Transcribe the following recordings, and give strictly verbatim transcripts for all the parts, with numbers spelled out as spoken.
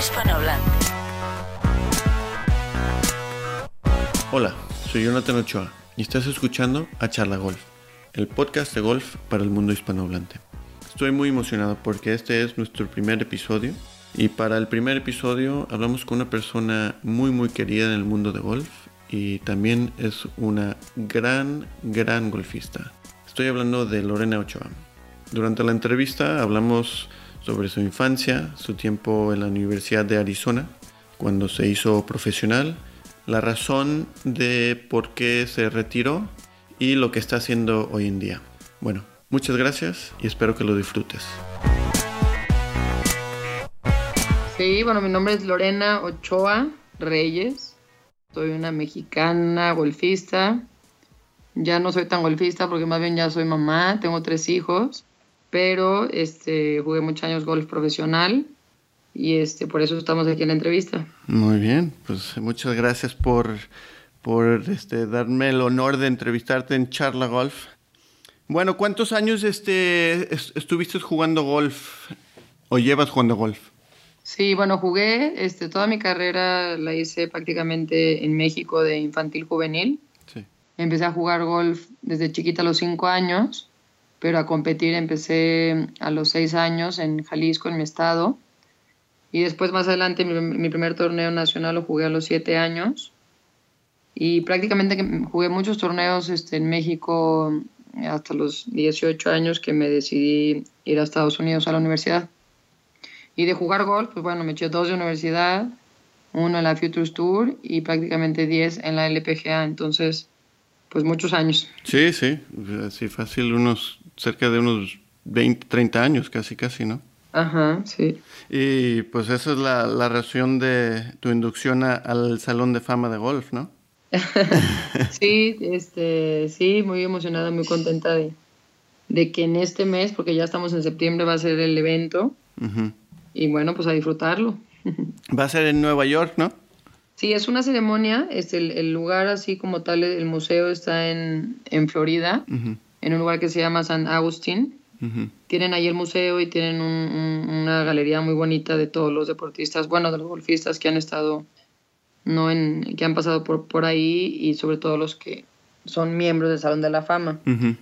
hispanohablante. Hola, soy Jonathan Ochoa y estás escuchando a Charla Golf, el podcast de golf para el mundo hispanohablante. Estoy muy emocionado porque este es nuestro primer episodio y para el primer episodio hablamos con una persona muy muy querida en el mundo de golf y también es una gran, gran golfista. Estoy hablando de Lorena Ochoa. Durante la entrevista hablamos sobre su infancia, su tiempo en la Universidad de Arizona, cuando se hizo profesional, la razón de por qué se retiró y lo que está haciendo hoy en día. Bueno, muchas gracias y espero que lo disfrutes. Sí, bueno, mi nombre es Lorena Ochoa Reyes. Soy una mexicana golfista. Ya no soy tan golfista porque más bien ya soy mamá, tengo tres hijos, pero este, jugué muchos años golf profesional y este, por eso estamos aquí en la entrevista. Muy bien, pues muchas gracias por, por este, darme el honor de entrevistarte en Charla Golf. Bueno, ¿cuántos años este, estuviste jugando golf o llevas jugando golf? Sí, bueno, jugué, este, toda mi carrera la hice prácticamente en México de infantil juvenil. Sí. Empecé a jugar golf desde chiquita a los cinco años, pero a competir empecé a los seis años en Jalisco, en mi estado. Y después, más adelante, mi, mi primer torneo nacional lo jugué a los siete años. Y prácticamente jugué muchos torneos este, en México hasta los dieciocho años que me decidí ir a Estados Unidos a la universidad. Y de jugar golf, pues bueno, me eché dos de universidad, uno en la Futures Tour y prácticamente diez en la L P G A. Entonces, pues muchos años. Sí, sí, así fácil, unos cerca de unos veinte, treinta años, casi, casi, ¿no? Ajá, sí. Y pues esa es la, la razón de tu inducción a, al Salón de Fama de Golf, ¿no? Sí, este, sí, muy emocionada, muy contenta de, de que en este mes, porque ya estamos en septiembre, va a ser el evento. Uh-huh. Y bueno, pues a disfrutarlo. Va a ser en Nueva York, ¿no? Sí, es una ceremonia. Es el, el lugar así como tal, el museo está en, en Florida, uh-huh. en un lugar que se llama San Agustín. Uh-huh. Tienen ahí el museo y tienen un, un, una galería muy bonita de todos los deportistas, bueno, de los golfistas que han estado, no en, que han pasado por, por ahí y sobre todo los que son miembros del Salón de la Fama. Uh-huh.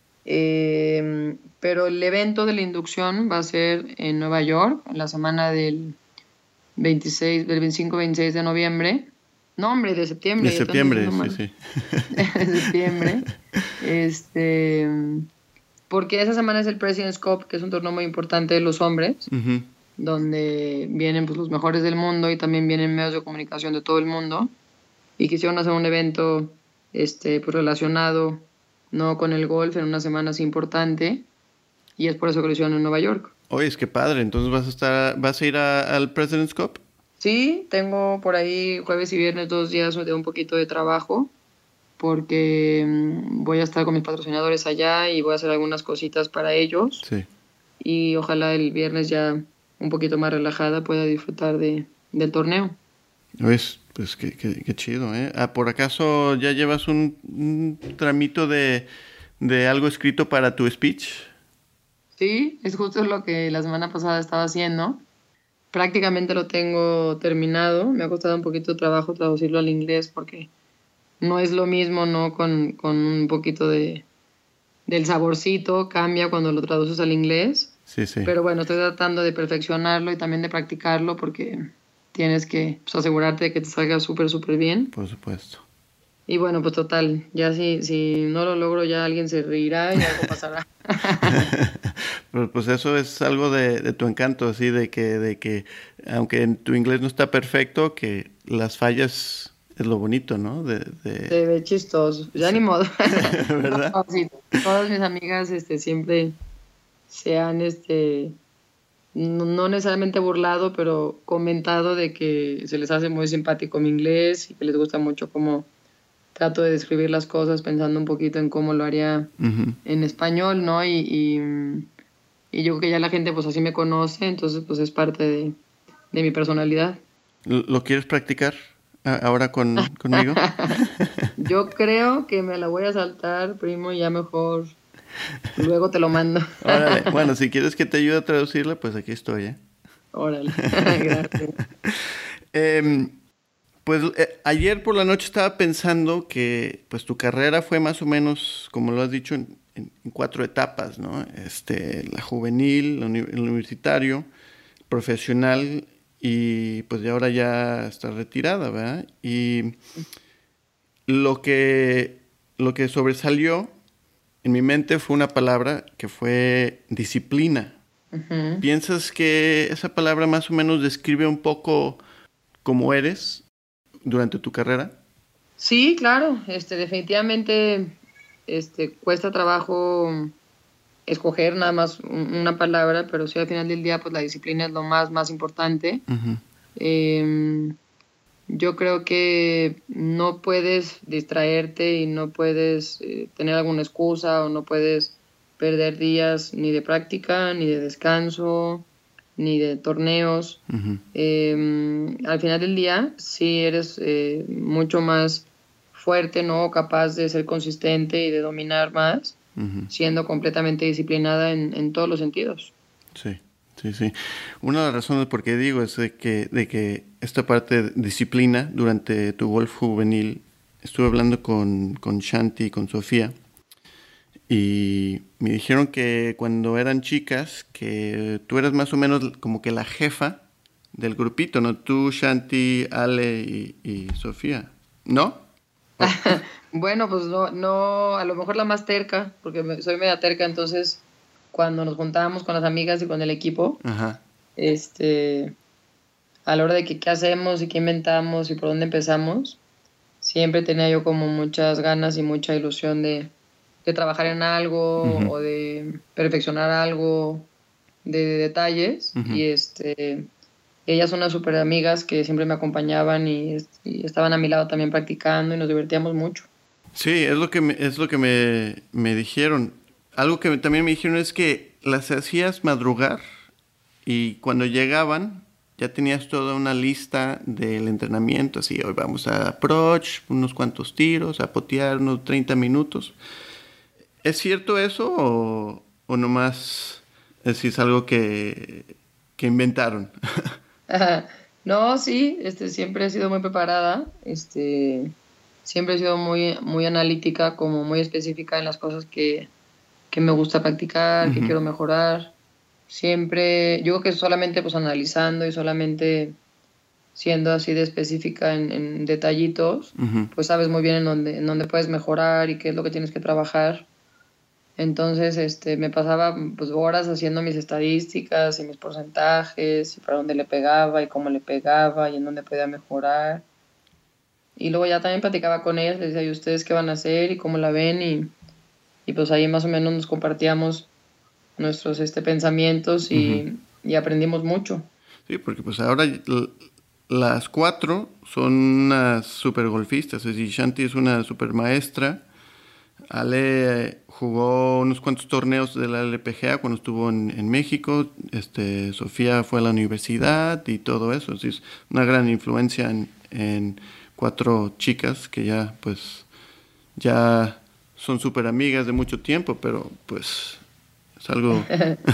Eh, pero el evento de la inducción va a ser en Nueva York, en la semana del veintiséis, del veinticinco veintiséis de noviembre. No, hombre, de septiembre. De septiembre, sí, sí. De septiembre. Este, porque esa semana es el President's Cup, que es un torneo muy importante de los hombres, uh-huh. donde vienen pues, los mejores del mundo y también vienen medios de comunicación de todo el mundo. Y quisieron hacer un evento este, pues, relacionado no con el golf en una semana así importante, y es por eso que lo hicieron en Nueva York. Oye, es que padre, entonces vas a estar, vas a ir a, al President's Cup. Sí, tengo por ahí jueves y viernes dos días de un poquito de trabajo, porque voy a estar con mis patrocinadores allá y voy a hacer algunas cositas para ellos. Sí. Y ojalá el viernes ya un poquito más relajada pueda disfrutar de, del torneo. ¿Ves? Pues qué, qué, qué chido, ¿eh? Ah, ¿por acaso ya llevas un, un tramito de, de algo escrito para tu speech? Sí, es justo lo que la semana pasada estaba haciendo. Prácticamente lo tengo terminado. Me ha costado un poquito de trabajo traducirlo al inglés porque no es lo mismo, ¿no? Con, con un poquito de del saborcito, cambia cuando lo traduces al inglés. Sí, sí. Pero bueno, estoy tratando de perfeccionarlo y también de practicarlo porque tienes que pues, asegurarte de que te salga súper, súper bien. Por supuesto. Y bueno, pues total, ya si, si no lo logro ya alguien se reirá y algo pasará. Pero pues eso es algo de, de tu encanto, así de que, de que aunque en tu inglés no está perfecto, que las fallas es lo bonito, ¿no? De, de... Se ve chistoso, ya sí. Ni modo. ¿Verdad? No, sí, todas mis amigas este, siempre se han... este no necesariamente burlado, pero comentado de que se les hace muy simpático mi inglés y que les gusta mucho cómo trato de describir las cosas pensando un poquito en cómo lo haría uh-huh. en español, ¿no? Y, y, y yo creo que ya la gente pues así me conoce, entonces pues es parte de, de mi personalidad. ¿Lo quieres practicar ahora con, conmigo? Yo creo que me la voy a saltar, primo, y ya mejor luego te lo mando. Órale. Bueno, si quieres que te ayude a traducirla, pues aquí estoy, ¿eh? Órale, gracias. Eh, pues eh, ayer por la noche estaba pensando que pues tu carrera fue más o menos, como lo has dicho, en, en- en cuatro etapas, ¿no? Este, la juvenil, la uni- el universitario, profesional y pues de ahora ya está retirada, ¿verdad? Y lo que, lo que sobresalió en mi mente fue una palabra que fue disciplina. Ujú. ¿Piensas que esa palabra más o menos describe un poco cómo eres durante tu carrera? Sí, claro, este, definitivamente, este, cuesta trabajo escoger nada más un- una palabra, pero sí al final del día, pues la disciplina es lo más, más importante. Ujú, Em, yo creo que no puedes distraerte y no puedes eh, tener alguna excusa o no puedes perder días ni de práctica, ni de descanso, ni de torneos. ujú, Eh, al final del día, sí eres eh, mucho más fuerte, ¿no? Capaz de ser consistente y de dominar más, ujú. siendo completamente disciplinada en, en todos los sentidos. Sí, sí, sí. Una de las razones por qué digo es de que, de que esta parte de disciplina durante tu golf juvenil, estuve hablando con, con Shanti y con Sofía y me dijeron que cuando eran chicas, que tú eras más o menos como que la jefa del grupito, ¿no? Tú, Shanti, Ale y, y Sofía, ¿no? Oh, Bueno, pues no, no, a lo mejor la más terca, porque me- soy media terca, entonces cuando nos juntábamos con las amigas y con el equipo, ajá. este, a la hora de que qué hacemos y qué inventamos y por dónde empezamos, siempre tenía yo como muchas ganas y mucha ilusión de, de trabajar en algo Ujú, o de perfeccionar algo, de, de detalles. ujú. Y este, ellas son unas súper amigas que siempre me acompañaban y, y estaban a mi lado también practicando y nos divertíamos mucho. Sí, es lo que me, es lo que me, me dijeron. Algo que me- también me dijeron es que las hacías madrugar y cuando llegaban ya tenías toda una lista del entrenamiento, así, hoy vamos a approach, unos cuantos tiros, a potear unos treinta minutos. ¿Es cierto eso o, o nomás es, si es algo que, que inventaron? Ajá. No, sí, este, siempre he sido muy preparada, este, siempre he sido muy, muy analítica, como muy específica en las cosas que, que me gusta practicar, que Ujú, quiero mejorar. Siempre, yo creo que solamente pues analizando y solamente siendo así de específica en, en detallitos, ujú. pues sabes muy bien en dónde, en dónde puedes mejorar y qué es lo que tienes que trabajar. Entonces, este, me pasaba pues horas haciendo mis estadísticas y mis porcentajes y para dónde le pegaba y cómo le pegaba y en dónde podía mejorar. Y luego ya también platicaba con ellas, les decía, ¿y ustedes qué van a hacer y cómo la ven? Y, y pues ahí más o menos nos compartíamos nuestros este, pensamientos Ujú. y, y aprendimos mucho. Sí, porque pues ahora l- las cuatro son unas super golfistas. Es decir, Shanti es una super maestra. Ale eh, jugó unos cuantos torneos de la L P G A cuando estuvo en, en México. Este, Sofía fue a la universidad y todo eso. Así es una gran influencia en, en cuatro chicas que ya pues ya son súper amigas de mucho tiempo, pero pues es algo...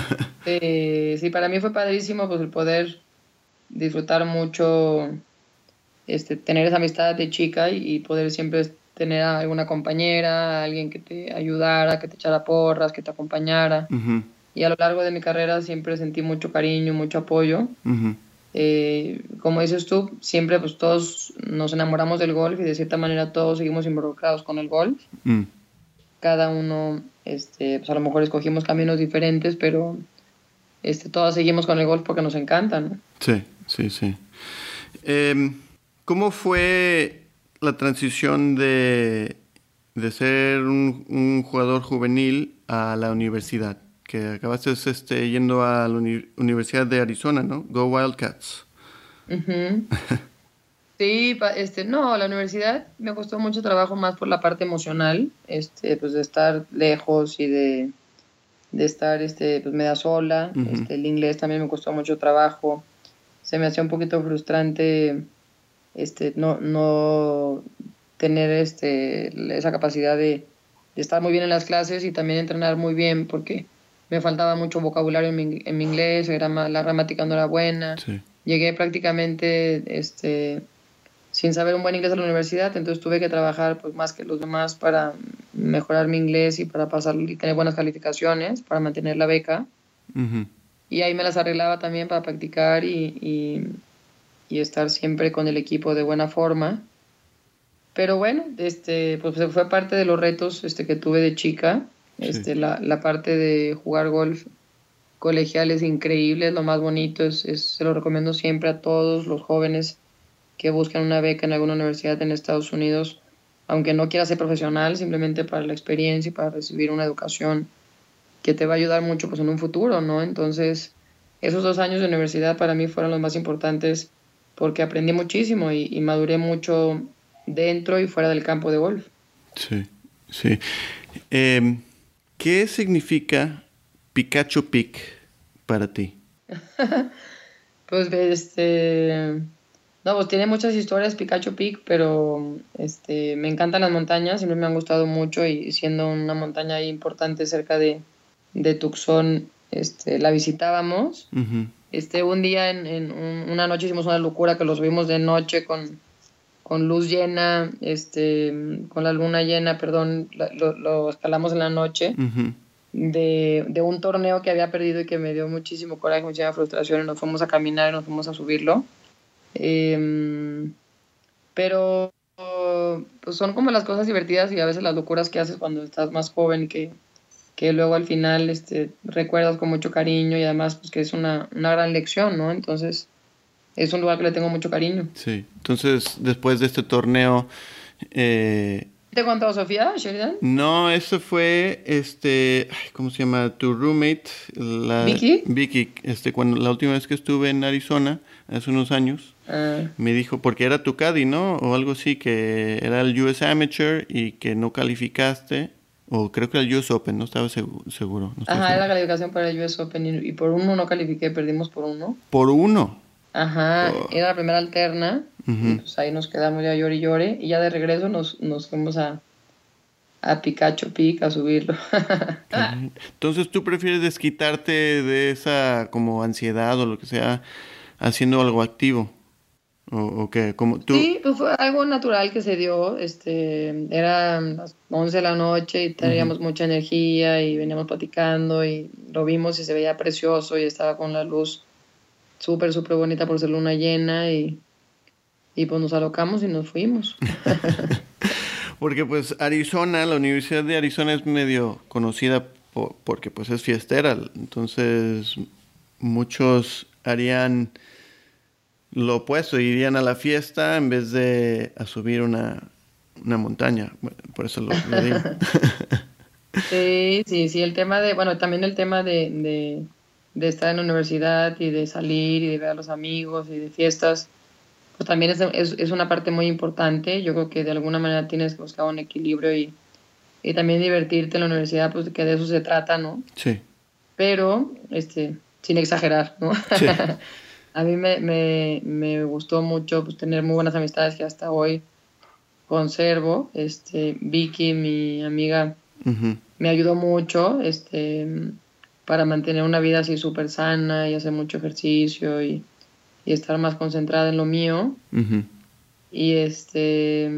Eh, sí, para mí fue padrísimo pues el poder disfrutar mucho, este, tener esa amistad de chica y, y poder siempre tener a alguna compañera, alguien que te ayudara, que te echara porras, que te acompañara. Ujú, Y a lo largo de mi carrera siempre sentí mucho cariño, mucho apoyo. ujú, Eh, como dices tú, siempre pues todos nos enamoramos del golf y de cierta manera todos seguimos involucrados con el golf. mm. Cada uno, este, pues a lo mejor escogimos caminos diferentes, pero este, todos seguimos con el golf porque nos encanta, ¿no? Sí, sí, sí. Em, ¿cómo fue la transición de, de ser un, un jugador juvenil a la universidad? Que acabaste este, yendo a la uni- Universidad de Arizona, ¿no? Go Wildcats. Ujú. Sí, pa- este, no, la universidad me costó mucho trabajo más por la parte emocional, este, pues de estar lejos y de, de estar, este, pues media sola, Ujú, este, el inglés también me costó mucho trabajo, se me hacía un poquito frustrante, este, no, no tener, este, esa capacidad de, de estar muy bien en las clases y también entrenar muy bien, porque me faltaba mucho vocabulario en mi, en mi inglés, grama, la gramática no era buena. Sí. Llegué prácticamente este, sin saber un buen inglés a la universidad, entonces tuve que trabajar pues, más que los demás para mejorar mi inglés y para pasar y tener buenas calificaciones, para mantener la beca. Uh-huh. Y ahí me las arreglaba también para practicar y, y, y estar siempre con el equipo de buena forma. Pero bueno, este, pues fue parte de los retos este, que tuve de chica. Este, sí. la, la parte de jugar golf colegial es increíble, es lo más bonito, es, es, se lo recomiendo siempre a todos los jóvenes que buscan una beca en alguna universidad en Estados Unidos, aunque no quieras ser profesional, simplemente para la experiencia y para recibir una educación que te va a ayudar mucho pues, en un futuro, ¿no? Entonces, esos dos años de universidad para mí fueron los más importantes porque aprendí muchísimo y, y maduré mucho dentro y fuera del campo de golf. Sí, sí. Eh, ¿Qué significa Pikachu Peak para ti? Pues, este... No, pues tiene muchas historias Pikachu Peak, pero este, me encantan las montañas, siempre me han gustado mucho y siendo una montaña ahí importante cerca de, de Tucson, este, la visitábamos. Uh-huh. Este, un día, en, en un, una noche hicimos una locura que los vimos de noche con, con luz llena, este, con la luna llena, perdón, lo, lo escalamos en la noche. Uh-huh. De, de un torneo que había perdido y que me dio muchísimo coraje, muchísima frustración y nos fuimos a caminar y nos fuimos a subirlo. Eh, pero pues son como las cosas divertidas y a veces las locuras que haces cuando estás más joven que, que luego al final este, recuerdas con mucho cariño y además pues que es una, una gran lección, ¿no? Entonces es un lugar que le tengo mucho cariño. Sí, entonces después de este torneo... Eh... ¿Te he contado Sofía, Sheridan? No, eso fue, este, ¿cómo se llama? Tu roommate, la, Vicky. Vicky, este, cuando la última vez que estuve en Arizona, hace unos años, uh. me dijo, porque era tu caddy, ¿no? O algo así, que era el U S Amateur y que no calificaste, o creo que era el U S Open, no estaba seguro. No Ajá, seguro. Era la calificación para el U S Open y, y por uno no califiqué, perdimos por uno. ¿Por uno? Ajá, oh. Era la primera alterna. Uh-huh. Y pues ahí nos quedamos ya llore y llore. Y ya de regreso nos, nos fuimos a, a Pikachu Peak a subirlo. Entonces, ¿tú prefieres desquitarte de esa como ansiedad o lo que sea haciendo algo activo? ¿O, o qué? Como tú... Sí, pues fue algo natural que se dio. Este, eran las once de la noche y teníamos uh-huh. mucha energía y veníamos platicando y lo vimos y se veía precioso y estaba con la luz súper, súper bonita por ser luna llena y... Y pues nos alocamos y nos fuimos. Porque pues Arizona, la Universidad de Arizona es medio conocida por, porque pues es fiestera. Entonces muchos harían lo opuesto, irían a la fiesta en vez de a subir una, una montaña. Por eso lo, lo digo. Sí, sí, sí. El tema de, bueno, también el tema de, de, de estar en la universidad y de salir y de ver a los amigos y de fiestas. Pues también es, es, es una parte muy importante. Yo creo que de alguna manera tienes que buscar un equilibrio y, y también divertirte en la universidad, pues que de eso se trata, ¿no? Sí. Pero, este, sin exagerar, ¿no? Sí. A mí me, me, me gustó mucho pues, tener muy buenas amistades que hasta hoy conservo. Este, Vicky, mi amiga, uh-huh. me ayudó mucho este, para mantener una vida así súper sana y hacer mucho ejercicio y y estar más concentrada en lo mío. Uh-huh. Y este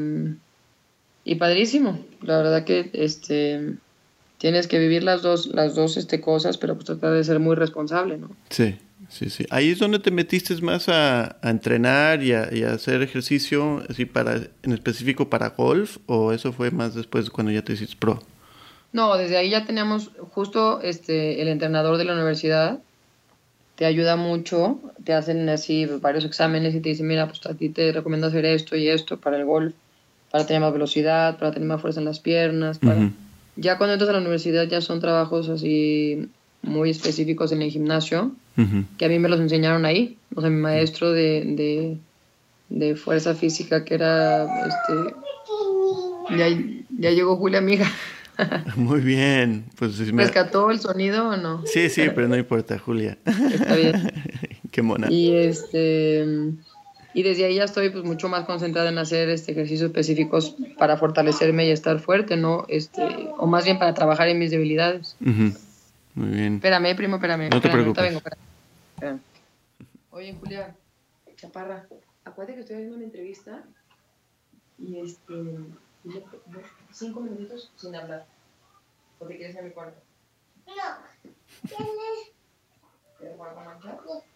y padrísimo. La verdad que este tienes que vivir las dos, las dos este, cosas, pero pues tratar de ser muy responsable, ¿no? Sí, sí, sí. Ahí es donde te metiste más a, a entrenar y a, y a hacer ejercicio, así para, en específico para golf, o eso fue más después cuando ya te hiciste pro? No, desde ahí ya teníamos justo este el entrenador de la universidad. Te ayuda mucho, te hacen así varios exámenes y te dicen, mira, pues a ti te recomiendo hacer esto y esto para el golf, para tener más velocidad, para tener más fuerza en las piernas. Para... Uh-huh. Ya cuando entras a la universidad ya son trabajos así muy específicos en el gimnasio, uh-huh. que a mí me los enseñaron ahí. O sea, mi maestro de, de, de fuerza física, que era, este, ya, ya llegó Julia, amiga. Muy bien. Pues, si me... ¿Rescató el sonido o no? Sí, sí, pero no importa, Julia. Está bien. Qué mona. Y este y desde ahí ya estoy pues mucho más concentrada en hacer este ejercicios específicos para fortalecerme y estar fuerte, ¿no? Este, o más bien para trabajar en mis debilidades. Uh-huh. muy bien. Espérame, primo, espérame. No te espérame, preocupes. Vengo, espérame. Espérame. Oye, Julia, chaparra, acuérdate que estoy haciendo una entrevista y este, cinco minutitos sin hablar. ¿O te quieres ir a mi cuarto? No. ¿Quieres jugar con mancha?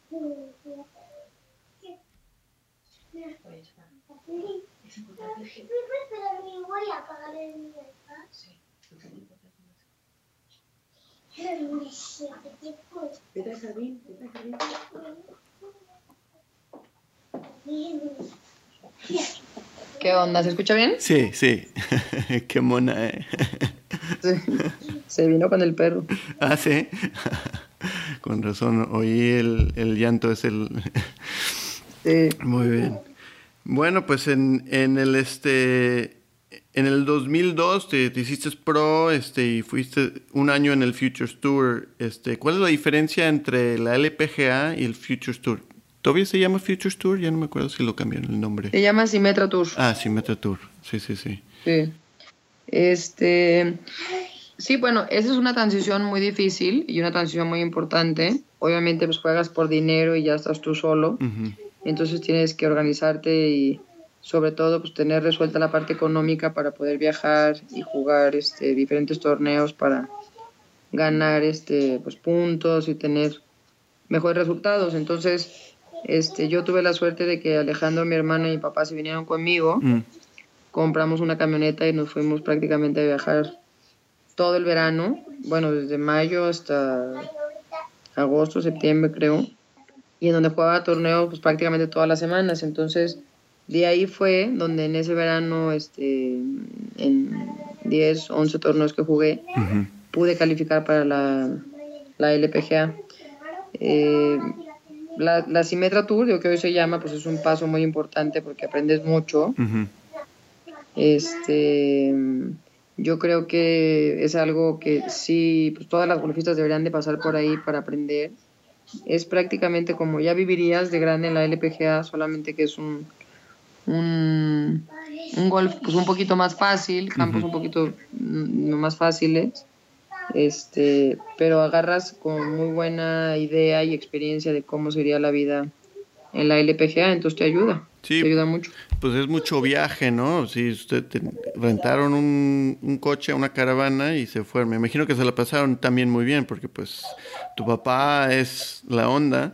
Oye, chaparra. Es importante que... Pero me voy a apagar el mío. Sí, es importante. Vete al jardín, vete al jardín. ¿Qué onda? ¿Se escucha bien? Sí, sí. Qué mona, ¿eh? Sí. Se vino con el perro. Ah, sí. Con razón, oí el, el llanto, es el... Sí. Muy bien. Bueno, pues en, en el este... En el dos mil dos te, te hiciste pro este, y fuiste un año en el Futures Tour. Este, ¿cuál es la diferencia entre la L P G A y el Futures Tour? ¿Todavía se llama Futures Tour? Ya no me acuerdo si lo cambiaron el nombre. Se llama Symetra Tour. Ah, Symetra Tour. Sí, sí, sí. Sí. Este... Sí, bueno, esa es una transición muy difícil y una transición muy importante. Obviamente, pues juegas por dinero y ya estás tú solo. Uh-huh. Entonces tienes que organizarte y... sobre todo pues tener resuelta la parte económica para poder viajar y jugar este diferentes torneos para ganar este pues puntos y tener mejores resultados. Entonces este yo tuve la suerte de que Alejandro, mi hermana y mi papá se vinieron conmigo. Mm. Compramos una camioneta y nos fuimos prácticamente a viajar todo el verano, bueno, desde mayo hasta agosto, septiembre creo, y en donde jugaba torneos pues prácticamente todas las semanas. Entonces de ahí fue donde en ese verano, este, en diez, once torneos que jugué, uh-huh. pude calificar para la, la L P G A. Eh, la, la Symetra Tour, lo que hoy se llama, pues es un paso muy importante porque aprendes mucho. Uh-huh. Este, yo creo que es algo que sí, pues todas las golfistas deberían de pasar por ahí para aprender. Es prácticamente como ya vivirías de grande en la L P G A, solamente que es un Un, un golf pues un poquito más fácil, campos uh-huh. un poquito no más fáciles, este, pero agarras con muy buena idea y experiencia de cómo sería la vida en la L P G A, entonces te ayuda, sí, te ayuda mucho. Pues es mucho viaje, ¿no? Si usted te rentaron un, un coche, una caravana y se fueron, me imagino que se la pasaron también muy bien, porque pues tu papá es la onda.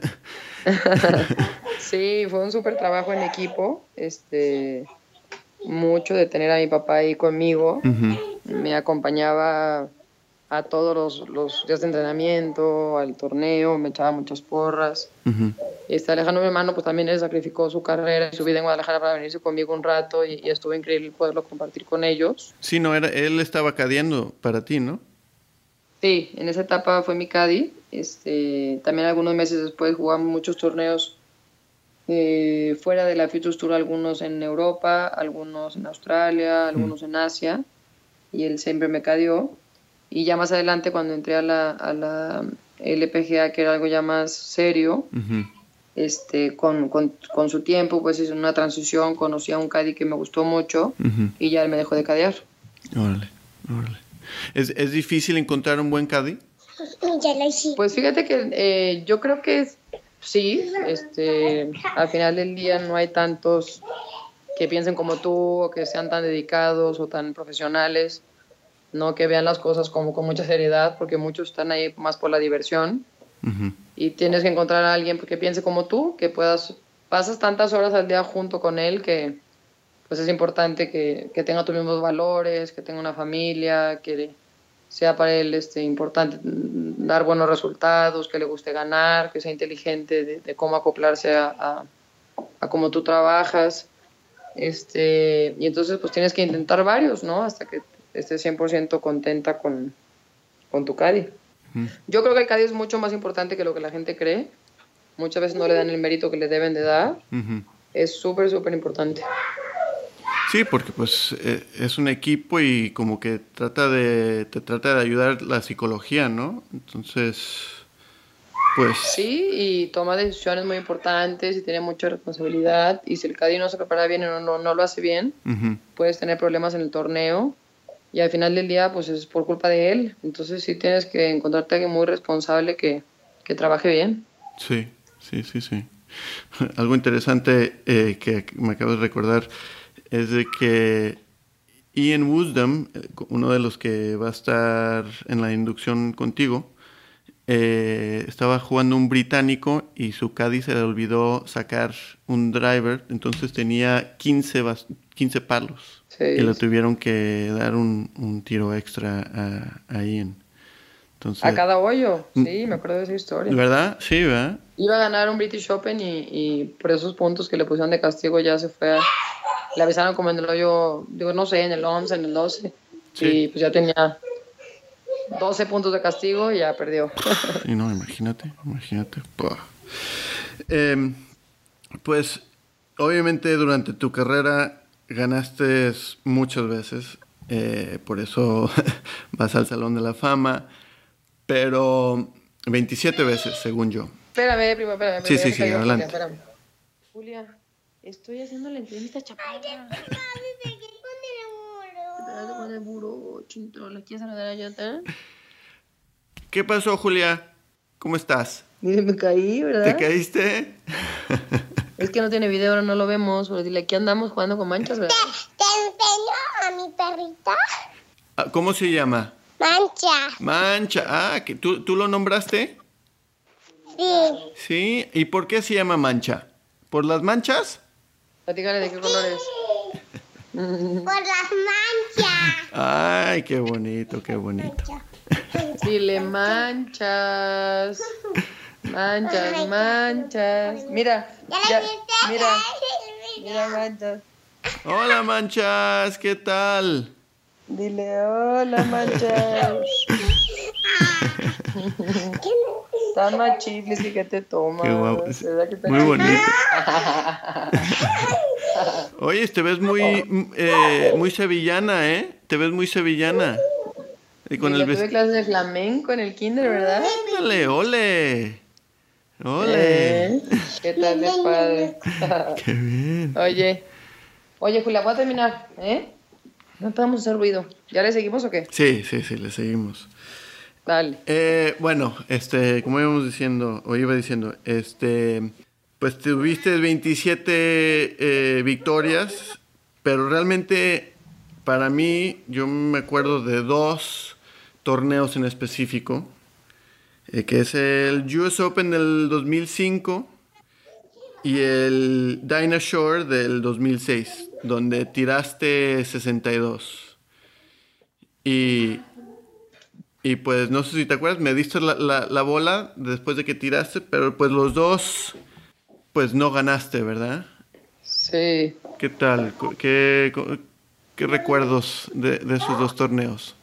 Sí, fue un súper trabajo en equipo, este, mucho de tener a mi papá ahí conmigo. Uh-huh. Me acompañaba a todos los, los días de entrenamiento, al torneo, me echaba muchas porras. Uh-huh. Este, Alejandro, mi hermano, pues también él sacrificó su carrera y su vida en Guadalajara para venirse conmigo un rato y, y estuvo increíble poderlo compartir con ellos. Sí, no, era, él estaba cadeando para ti, ¿no? Sí, en esa etapa fue mi caddy. Este, también algunos meses después jugamos muchos torneos eh, fuera de la Futures Tour, algunos en Europa, algunos en Australia, algunos mm. en Asia, y él siempre me cadeó. Y ya más adelante, cuando entré a la, a la L P G A, que era algo ya más serio, uh-huh. este, con, con, con su tiempo, pues hice una transición, conocí a un caddy que me gustó mucho, uh-huh. y ya él me dejó de cadear. Órale, órale. ¿Es, ¿Es difícil encontrar un buen caddy? Pues fíjate que eh, yo creo que sí, este, al final del día no hay tantos que piensen como tú o que sean tan dedicados o tan profesionales, no que vean las cosas como con mucha seriedad, porque muchos están ahí más por la diversión. Uh-huh. Y tienes que encontrar a alguien que piense como tú, que puedas, pasas tantas horas al día junto con él que pues es importante que, que tenga tus mismos valores, que tenga una familia, que sea para él este, importante dar buenos resultados, que le guste ganar, que sea inteligente de, de cómo acoplarse a, a, a cómo tú trabajas. Este, y entonces pues tienes que intentar varios, ¿no? Hasta que estés cien por ciento contenta con, con tu caddy. Uh-huh. Yo creo que el caddy es mucho más importante que lo que la gente cree. Muchas veces no le dan el mérito que le deben de dar. Uh-huh. Es súper, súper importante. Sí, porque pues eh, es un equipo y como que trata de te trata de ayudar la psicología, ¿no? Entonces, pues... Sí, y toma decisiones muy importantes y tiene mucha responsabilidad. Y si el caddy no se prepara bien y no, no, no lo hace bien, uh-huh. puedes tener problemas en el torneo. y al final del día pues es por culpa de él. Entonces sí tienes que encontrarte a alguien muy responsable que, que trabaje bien. Sí, sí, sí, sí. Algo interesante eh, que me acabo de recordar es de que Ian Woosnam, uno de los que va a estar en la inducción contigo, eh, estaba jugando un británico y su caddy se le olvidó sacar un driver, entonces tenía quince, bas- quince palos Sí. y le tuvieron que dar un, un tiro extra a, a Ian. Entonces, A cada hoyo, sí, me acuerdo de esa historia. ¿verdad? Sí, ¿verdad? Iba a ganar un British Open y, y por esos puntos que le pusieron de castigo ya se fue a... Le avisaron como en el hoyo, digo, no sé, en el once, en el doce. Sí. Y pues ya tenía doce puntos de castigo y ya perdió. Sí, no, imagínate, imagínate. Eh, pues, obviamente durante tu carrera ganaste muchas veces, eh, por eso vas al Salón de la Fama, pero veintisiete veces, según yo. Espérame, primo, espérame. Sí, espérame, sí, ya me sí, cayó adelante. Julia, espérame. Julia, estoy haciendo la entrevista chaparra. Me pegué con el Te muro. con el burro, chinto. ¿La quieres saludar a Yota? ¿Qué pasó, Julia? ¿Cómo estás? Dile, me caí, ¿verdad? ¿Te caíste? Es que no tiene video, ahora no lo vemos. Pero dile, aquí andamos jugando con manchas, ¿verdad? ¿Te enseño a mi perrita? Ah, ¿cómo se llama? Mancha. Mancha. Ah, ¿que ¿tú, ¿tú lo nombraste? Sí. Sí. ¿Y por qué se llama Mancha? ¿Por las manchas? Platícale de qué color es. Por las manchas. Ay, qué bonito, qué bonito. Dile, manchas. Manchas, manchas. Mira, ¿Ya la ya, viste? mira, mira, manchas. Hola, Manchas, ¿qué tal? Dile, hola, manchas. Están más chifles y que te tomas. Qué guapo. ¿Verdad que está Muy chifle? bonito. Oye, te ves muy, eh, muy sevillana, ¿eh? Te ves muy sevillana. Y con Dile, el tuve vestido. clases de flamenco en el kinder, ¿verdad? Ándale, ole. Ole. ¿Eh? ¿Qué tal de padre? Qué bien. Oye, oye, Julia, voy a terminar, ¿eh? No podemos hacer ruido. ¿Ya le seguimos o qué? Sí, sí, sí, le seguimos. Dale. Eh, bueno, este, como íbamos diciendo, o iba diciendo, este, pues tuviste veintisiete eh, victorias, pero realmente para mí, yo me acuerdo de dos torneos en específico, eh, que es el U S Open del dos mil cinco y el Dinah Shore del dos mil seis, donde tiraste sesenta y dos. Y, y pues no sé si te acuerdas, me diste la, la, la bola después de que tiraste, pero pues los dos, pues no ganaste, ¿verdad? Sí. ¿Qué tal? ¿Qué, qué recuerdos de, de esos dos torneos?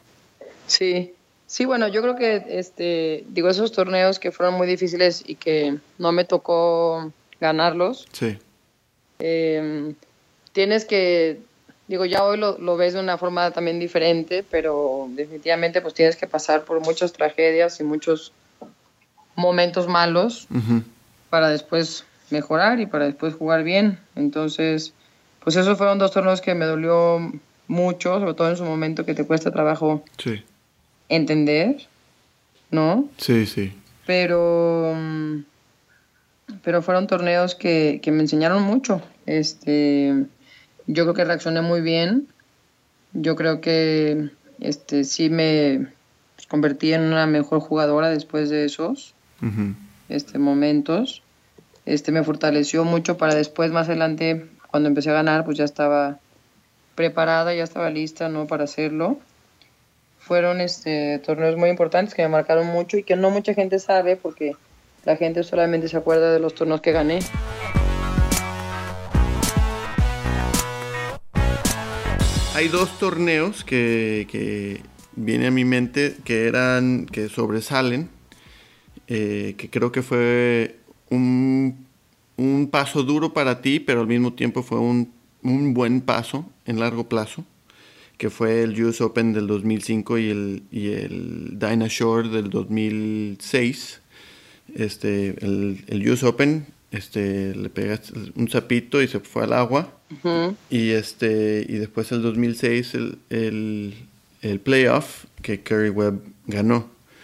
Sí. Sí, bueno, yo creo que, este, digo, esos torneos que fueron muy difíciles y que no me tocó ganarlos, Sí. eh, tienes que, digo, ya hoy lo, lo ves de una forma también diferente, pero definitivamente pues tienes que pasar por muchas tragedias y muchos momentos malos Uh-huh. para después mejorar y para después jugar bien. Entonces, pues esos fueron dos torneos que me dolió mucho, sobre todo en su momento que te cuesta trabajo Sí. entender, ¿no? Sí, sí. Pero, mm, pero fueron torneos que, que me enseñaron mucho. Este, yo creo que reaccioné muy bien. Yo creo que este, sí me convertí en una mejor jugadora después de esos Uh-huh. este, momentos. Este, me fortaleció mucho para después, más adelante, cuando empecé a ganar, pues ya estaba preparada, ya estaba lista, ¿no? Para hacerlo. Fueron este, torneos muy importantes que me marcaron mucho y que no mucha gente sabe porque la gente solamente se acuerda de los torneos que gané. Hay dos torneos que, que vienen a mi mente que eran, que sobresalen, eh, que creo que fue un, un paso duro para ti, pero al mismo tiempo fue un, un buen paso en largo plazo, que fue el U S Open del dos mil cinco y el, y el Dinah Shore del dos mil seis. Este, el, el U S Open este, le pegaste un zapito y se fue al agua. Uh-huh. Y este y después el dos mil seis el, el, el playoff que Kerry Webb ganó.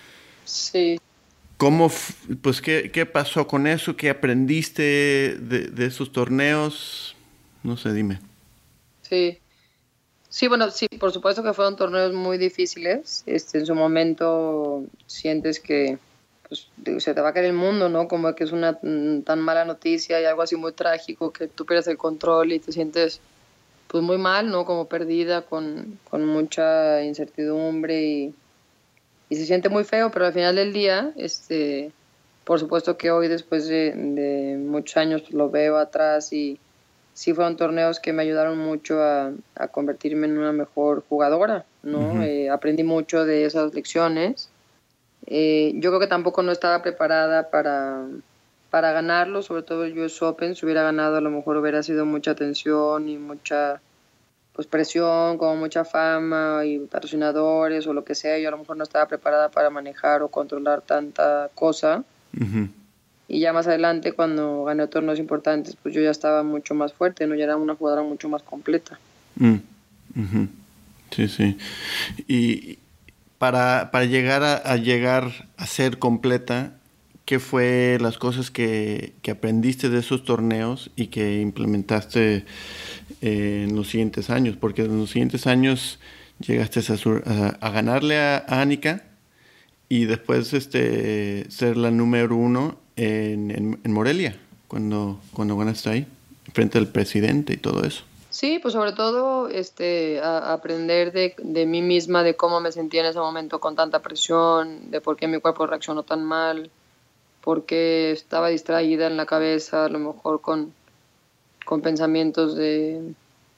Sí. ¿Cómo, pues, qué, qué pasó con eso? ¿Qué aprendiste de, de esos torneos? No sé, dime. Sí. Sí, bueno, sí, por supuesto que fueron torneos muy difíciles. Este, en su momento sientes que pues, se te va a caer el mundo, ¿no? Como que es una tan mala noticia y algo así muy trágico que tú pierdes el control y te sientes pues muy mal, ¿no? Como perdida, con, con mucha incertidumbre y, y se siente muy feo, pero al final del día, este, por supuesto que hoy después de, de muchos años pues, lo veo atrás y sí fueron torneos que me ayudaron mucho a, a convertirme en una mejor jugadora, ¿no? Uh-huh. Eh, aprendí mucho de esas lecciones. Eh, yo creo que tampoco no estaba preparada para, para ganarlo, sobre todo el U S Open. Si hubiera ganado, a lo mejor hubiera sido mucha tensión y mucha pues, presión, como mucha fama y patrocinadores o lo que sea. Yo a lo mejor no estaba preparada para manejar o controlar tanta cosa. Uh-huh. Y ya más adelante, cuando gané torneos importantes, pues yo ya estaba mucho más fuerte, ¿no? Ya era una jugadora mucho más completa. Mm. Uh-huh. Sí, sí. Y para, para llegar a, a llegar a ser completa, ¿qué fue las cosas que, que aprendiste de esos torneos y que implementaste eh, en los siguientes años? Porque en los siguientes años llegaste a, a, a ganarle a, a Annika y después este, ser la número uno En, en, en Morelia, cuando, cuando ganaste ahí, frente al presidente y todo eso. Sí, pues sobre todo este, a, a aprender de, de mí misma, de cómo me sentía en ese momento con tanta presión, de por qué mi cuerpo reaccionó tan mal, por qué estaba distraída en la cabeza, a lo mejor con, con pensamientos de,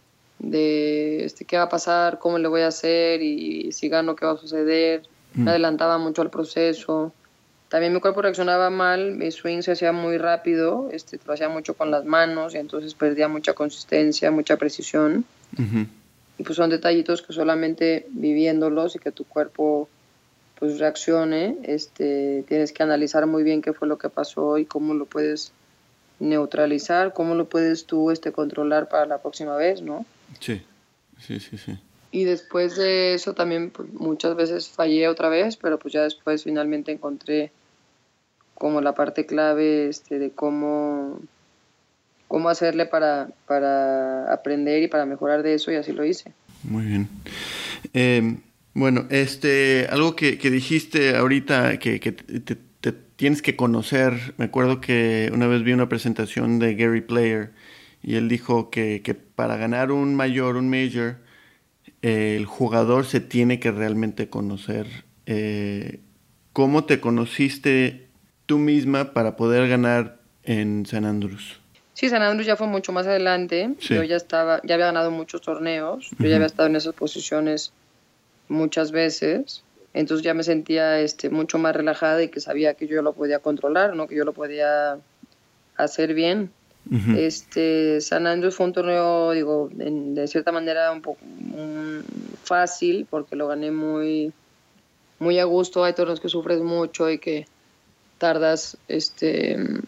de este, qué va a pasar, cómo le voy a hacer y, y si gano, qué va a suceder. Mm. Me adelantaba mucho al proceso. También mi cuerpo reaccionaba mal, mi swing se hacía muy rápido, este, lo hacía mucho con las manos y entonces perdía mucha consistencia, mucha precisión. Uh-huh. Y pues son detallitos que solamente viviéndolos y que tu cuerpo pues reaccione, este, tienes que analizar muy bien qué fue lo que pasó y cómo lo puedes neutralizar, cómo lo puedes tú este, controlar para la próxima vez, ¿no? Sí, sí, sí, sí. Y después de eso también pues, muchas veces fallé otra vez, pero pues ya después finalmente encontré como la parte clave este, de cómo, cómo hacerle para, para aprender y para mejorar de eso, y así lo hice. Muy bien. Eh, bueno, este, algo que, que dijiste ahorita que, que te, te tienes que conocer. Me acuerdo que una vez vi una presentación de Gary Player y él dijo que, que para ganar un mayor, un major, eh, el jugador se tiene que realmente conocer. Eh, ¿Cómo te conociste tú misma para poder ganar en San Andrews? Sí, San Andrews ya fue mucho más adelante. Sí. Yo ya estaba, ya había ganado muchos torneos. Uh-huh. Yo ya había estado en esas posiciones muchas veces. Entonces ya me sentía este, mucho más relajada y que sabía que yo lo podía controlar, ¿no? Que yo lo podía hacer bien. Uh-huh. Este, San Andrews fue un torneo, digo, en, de cierta manera un poco un, fácil porque lo gané muy, muy a gusto. Hay torneos que sufres mucho y que tardas este, en,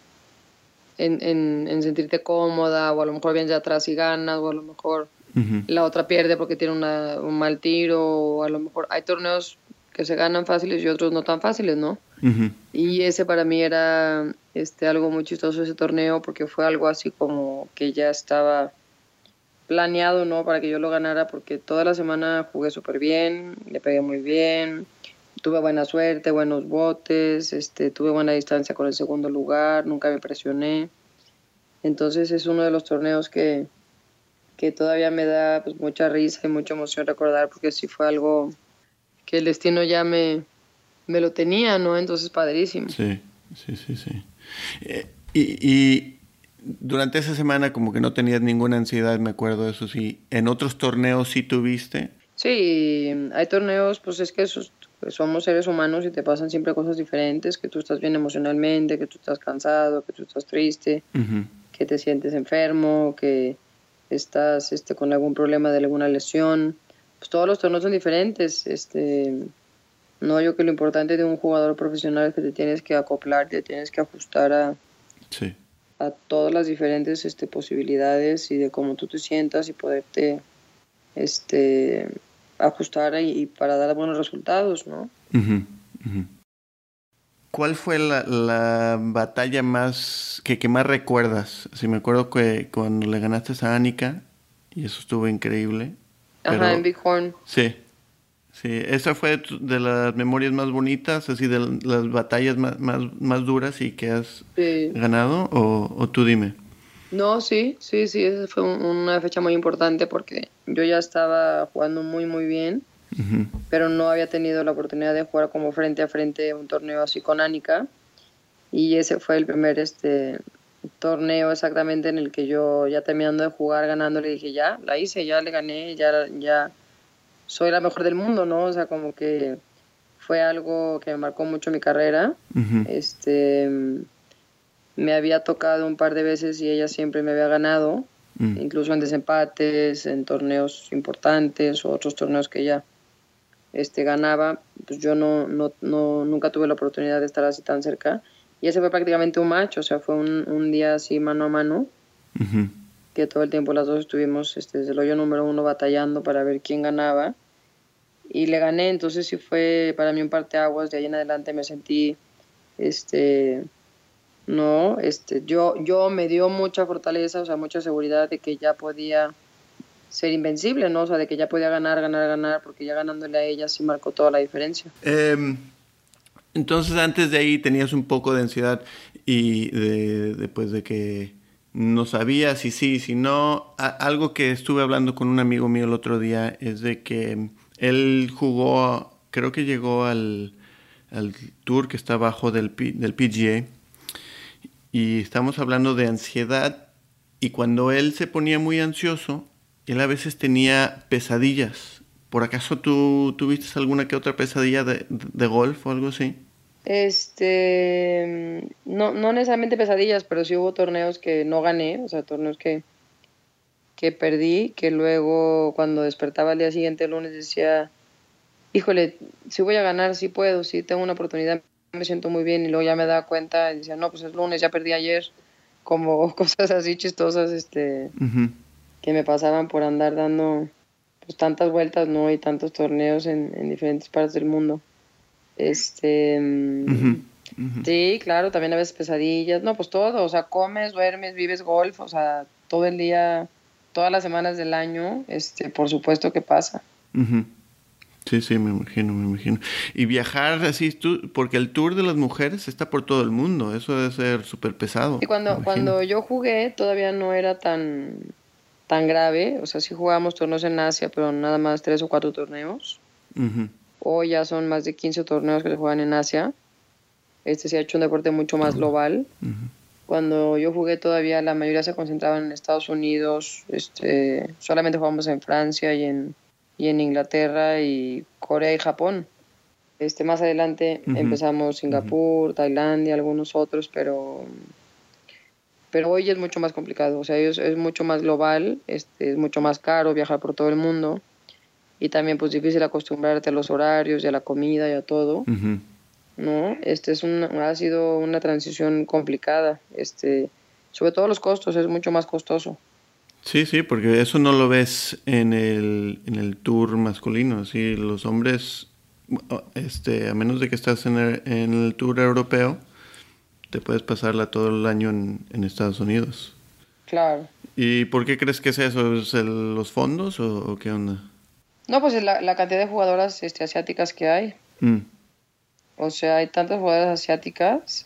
en, en sentirte cómoda, o a lo mejor vienes de atrás y ganas, o a lo mejor uh-huh. la otra pierde porque tiene una, un mal tiro, o a lo mejor hay torneos que se ganan fáciles y otros no tan fáciles, ¿no? Uh-huh. Y ese para mí era este, algo muy chistoso, ese torneo, porque fue algo así como que ya estaba planeado, ¿no? Para que yo lo ganara, porque toda la semana jugué súper bien, le pegué muy bien, tuve buena suerte, buenos botes, este, tuve buena distancia con el segundo lugar, nunca me presioné. Entonces es uno de los torneos que, que todavía me da pues, mucha risa y mucha emoción recordar, porque sí fue algo que el destino ya me, me lo tenía, ¿no? Entonces padrísimo. Sí, sí, sí, sí. Eh, y, y durante esa semana como que no tenías ninguna ansiedad, me acuerdo de eso, sí. ¿En otros torneos sí tuviste? Sí, hay torneos, pues es que esos... Pues somos seres humanos y te pasan siempre cosas diferentes, que tú estás bien emocionalmente, que tú estás cansado, que tú estás triste, uh-huh. que te sientes enfermo, que estás este, con algún problema de alguna lesión. Pues todos los torneos son diferentes. Este, no, yo creo que lo importante de un jugador profesional es que te tienes que acoplar, te tienes que ajustar a, sí. a todas las diferentes este, posibilidades y de cómo tú te sientas y poderte este, ajustar y, y para dar buenos resultados, ¿no? Uh-huh, uh-huh. ¿Cuál fue la, la batalla más que, que más recuerdas? Si me acuerdo que cuando le ganaste a Annika, y eso estuvo increíble. Ajá, pero, en Bighorn. Sí, sí, esa fue de las memorias más bonitas, así de las batallas más, más, más duras y que has sí. ganado, o, o tú dime. No, sí, sí, sí, esa fue un, una fecha muy importante porque yo ya estaba jugando muy, muy bien. Uh-huh. Pero no había tenido la oportunidad de jugar como frente a frente un torneo así con Annika, y ese fue el primer este torneo exactamente en el que yo ya terminando de jugar, ganando, le dije ya, la hice, ya le gané, ya, ya soy la mejor del mundo, ¿no? O sea, como que fue algo que me marcó mucho mi carrera. Uh-huh. Este, me había tocado un par de veces y ella siempre me había ganado, uh-huh. incluso en desempates, en torneos importantes o otros torneos que ella este ganaba, pues yo no, no, no nunca tuve la oportunidad de estar así tan cerca, y ese fue prácticamente un match, o sea, fue un, un día así mano a mano, uh-huh. que todo el tiempo las dos estuvimos este, desde el hoyo número uno batallando para ver quién ganaba, y le gané. Entonces sí fue para mí un parteaguas. De ahí en adelante me sentí este no, este yo, yo me dio mucha fortaleza, o sea, mucha seguridad de que ya podía ser invencible, ¿no? O sea, de que ya podía ganar, ganar, ganar, porque ya ganándole a ella sí marcó toda la diferencia. Eh, entonces, antes de ahí tenías un poco de ansiedad y de, de, pues, de que no sabías si sí, si no. A, algo que estuve hablando con un amigo mío el otro día es de que él jugó, creo que llegó al, al tour que está abajo del, del P G A, y estamos hablando de ansiedad, y cuando él se ponía muy ansioso, él a veces tenía pesadillas. ¿Por acaso tú tuviste alguna que otra pesadilla de, de golf o algo así? Este, no, no necesariamente pesadillas, pero sí hubo torneos que no gané, o sea, torneos que, que perdí, que luego cuando despertaba al día siguiente, el lunes, decía, híjole, sí voy a ganar, sí puedo, sí tengo una oportunidad, me siento muy bien, y luego ya me daba cuenta y decía, no, pues es lunes, ya perdí ayer, como cosas así chistosas, este... Uh-huh. que me pasaban por andar dando pues tantas vueltas, ¿no? Y tantos torneos en, en diferentes partes del mundo. Este, uh-huh. Uh-huh. Sí, claro, también a veces pesadillas, no, pues todo, o sea, comes, duermes, vives golf, o sea, todo el día, todas las semanas del año, este, por supuesto que pasa. Uh-huh. Sí, sí, me imagino, me imagino. Y viajar así, tú, porque el tour de las mujeres está por todo el mundo, eso debe ser súper pesado. Y cuando, cuando yo jugué todavía no era tan... tan grave, o sea, sí jugábamos torneos en Asia, pero nada más tres o cuatro torneos. Uh-huh. Hoy ya son más de quince torneos que se juegan en Asia. Este se ha hecho un deporte mucho más global. Uh-huh. Cuando yo jugué todavía la mayoría se concentraban en Estados Unidos, este, solamente jugamos en Francia y en, y en Inglaterra y Corea y Japón. Este, más adelante uh-huh. empezamos Singapur, uh-huh. Tailandia, algunos otros, pero... pero hoy es mucho más complicado, o sea, es, es mucho más global, este, es mucho más caro viajar por todo el mundo, y también pues difícil acostumbrarte a los horarios y a la comida y a todo, uh-huh. ¿no? Este es un, ha sido una transición complicada, este, sobre todo los costos, es mucho más costoso. Sí, sí, porque eso no lo ves en el, en el tour masculino, sí, los hombres, este, a menos de que estás en el, en el tour europeo, te puedes pasarla todo el año en, en Estados Unidos. Claro. ¿Y por qué crees que es eso? ¿Es el, los fondos o, o qué onda? No, pues la, la cantidad de jugadoras este, asiáticas que hay. Mm. O sea, hay tantas jugadoras asiáticas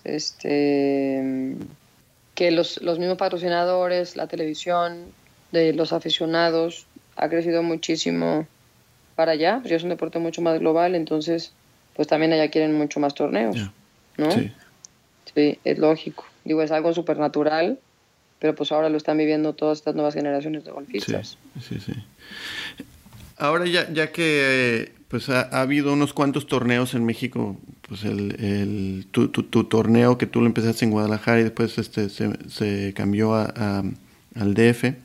este, que los, los mismos patrocinadores, la televisión, de los aficionados, ha crecido muchísimo para allá. Pues ya es un deporte mucho más global, entonces pues también allá quieren mucho más torneos, yeah. ¿no? Sí. Sí, es lógico. Digo, es algo súper natural, pero pues ahora lo están viviendo todas estas nuevas generaciones de golfistas. Sí, sí, sí. Ahora ya, ya que pues ha, ha habido unos cuantos torneos en México, pues el, el tu, tu, tu torneo que tú lo empezaste en Guadalajara y después este se, se cambió a, a, al D F.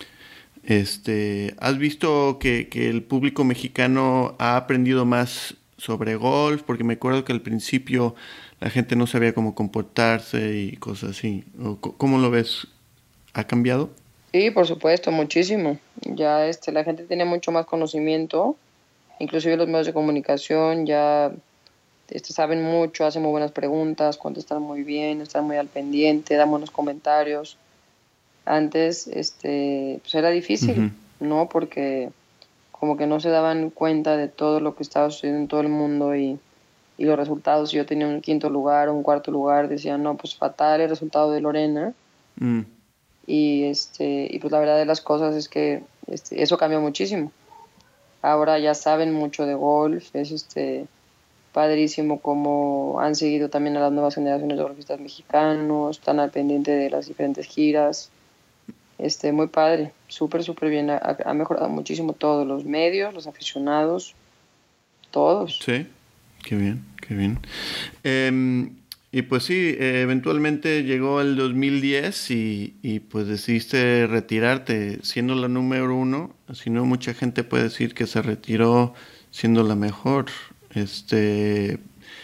Este, ¿has visto que, que el público mexicano ha aprendido más sobre golf? Porque me acuerdo que al principio la gente no sabía cómo comportarse y cosas así. ¿Cómo lo ves? ¿Ha cambiado? Sí, por supuesto, muchísimo. Ya este, la gente tiene mucho más conocimiento, inclusive los medios de comunicación ya este, saben mucho, hacen muy buenas preguntas, contestan muy bien, están muy al pendiente, dan buenos comentarios. Antes este, pues era difícil, uh-huh. ¿no? Porque como que no se daban cuenta de todo lo que estaba sucediendo en todo el mundo y, y los resultados. Si yo tenía un quinto lugar, un cuarto lugar, decían, no, pues fatal el resultado de Lorena. Mm. Y, este, y pues la verdad de las cosas es que este, eso cambió muchísimo. Ahora ya saben mucho de golf, es este, padrísimo cómo han seguido también a las nuevas generaciones de golfistas mexicanos, están al pendiente de las diferentes giras. Este, muy padre, súper, súper bien. Ha, ha mejorado muchísimo todos los medios, los aficionados, todos. Sí, qué bien, qué bien. Eh, y pues sí, eh, eventualmente llegó el dos mil diez y, y pues decidiste retirarte siendo la número uno. Si no, mucha gente puede decir que se retiró siendo la mejor. Este,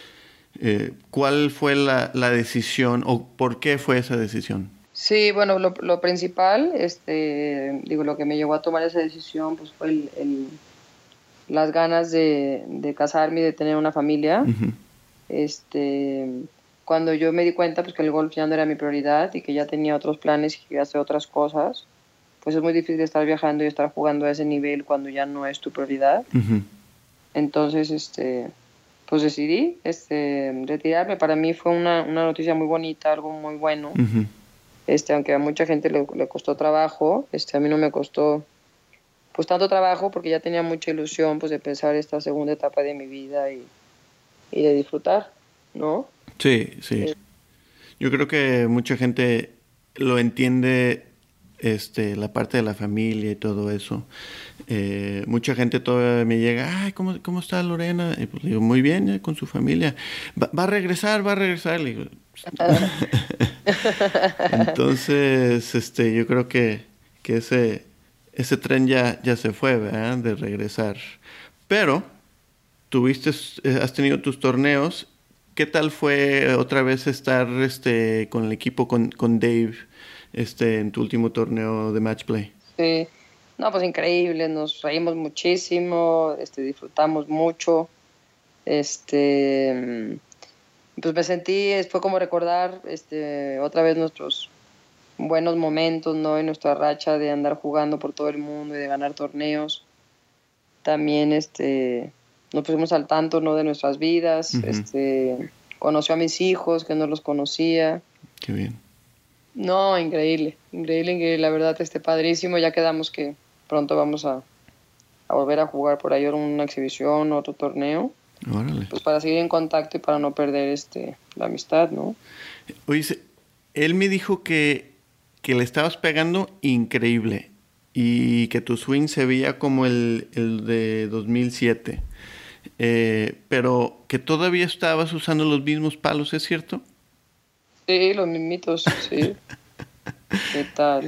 eh, ¿cuál fue la, la decisión o por qué fue esa decisión? Sí, bueno, lo, lo principal, este, digo, lo que me llevó a tomar esa decisión, pues fue el, el, las ganas de, de casarme y de tener una familia. Uh-huh. Este, cuando yo me di cuenta, pues que el golf ya no era mi prioridad y que ya tenía otros planes y que iba a hacer otras cosas, pues es muy difícil estar viajando y estar jugando a ese nivel cuando ya no es tu prioridad. Uh-huh. Entonces, este, pues decidí, este, retirarme. Para mí fue una, una noticia muy bonita, algo muy bueno. Uh-huh. Este, aunque a mucha gente le, le costó trabajo, este, a mí no me costó pues tanto trabajo porque ya tenía mucha ilusión pues de empezar esta segunda etapa de mi vida y, y de disfrutar, ¿no? Sí, sí. Eh, Yo creo que mucha gente lo entiende, este, la parte de la familia y todo eso. Eh, mucha gente todavía me llega, ay, ¿cómo, cómo está Lorena? Y pues digo, muy bien, eh, con su familia. Va, va a regresar, va a regresar. Le digo, entonces, este, yo creo que, que ese, ese tren ya, ya se fue, ¿verdad? De regresar. Pero, tuviste, has tenido tus torneos. ¿Qué tal fue otra vez estar este, con el equipo, con, con Dave, este, en tu último torneo de match play? Sí, no, pues increíble, nos reímos muchísimo, este, disfrutamos mucho, este... Pues me sentí, fue como recordar este, otra vez nuestros buenos momentos, ¿no? Y nuestra racha de andar jugando por todo el mundo y de ganar torneos. También este, nos pusimos al tanto, ¿no? De nuestras vidas. Uh-huh. Este, conoció a mis hijos, que no los conocía. Qué bien. No, increíble, increíble, increíble. La verdad, este, padrísimo. Ya quedamos que pronto vamos a, a volver a jugar por ahí una exhibición, otro torneo. Órale. Pues para seguir en contacto y para no perder este la amistad, ¿no? Oye, él me dijo que, que le estabas pegando increíble y que tu swing se veía como el, el de dos mil siete, eh, pero que todavía estabas usando los mismos palos, ¿es cierto? Sí, los mismitos, sí. ¿Qué tal?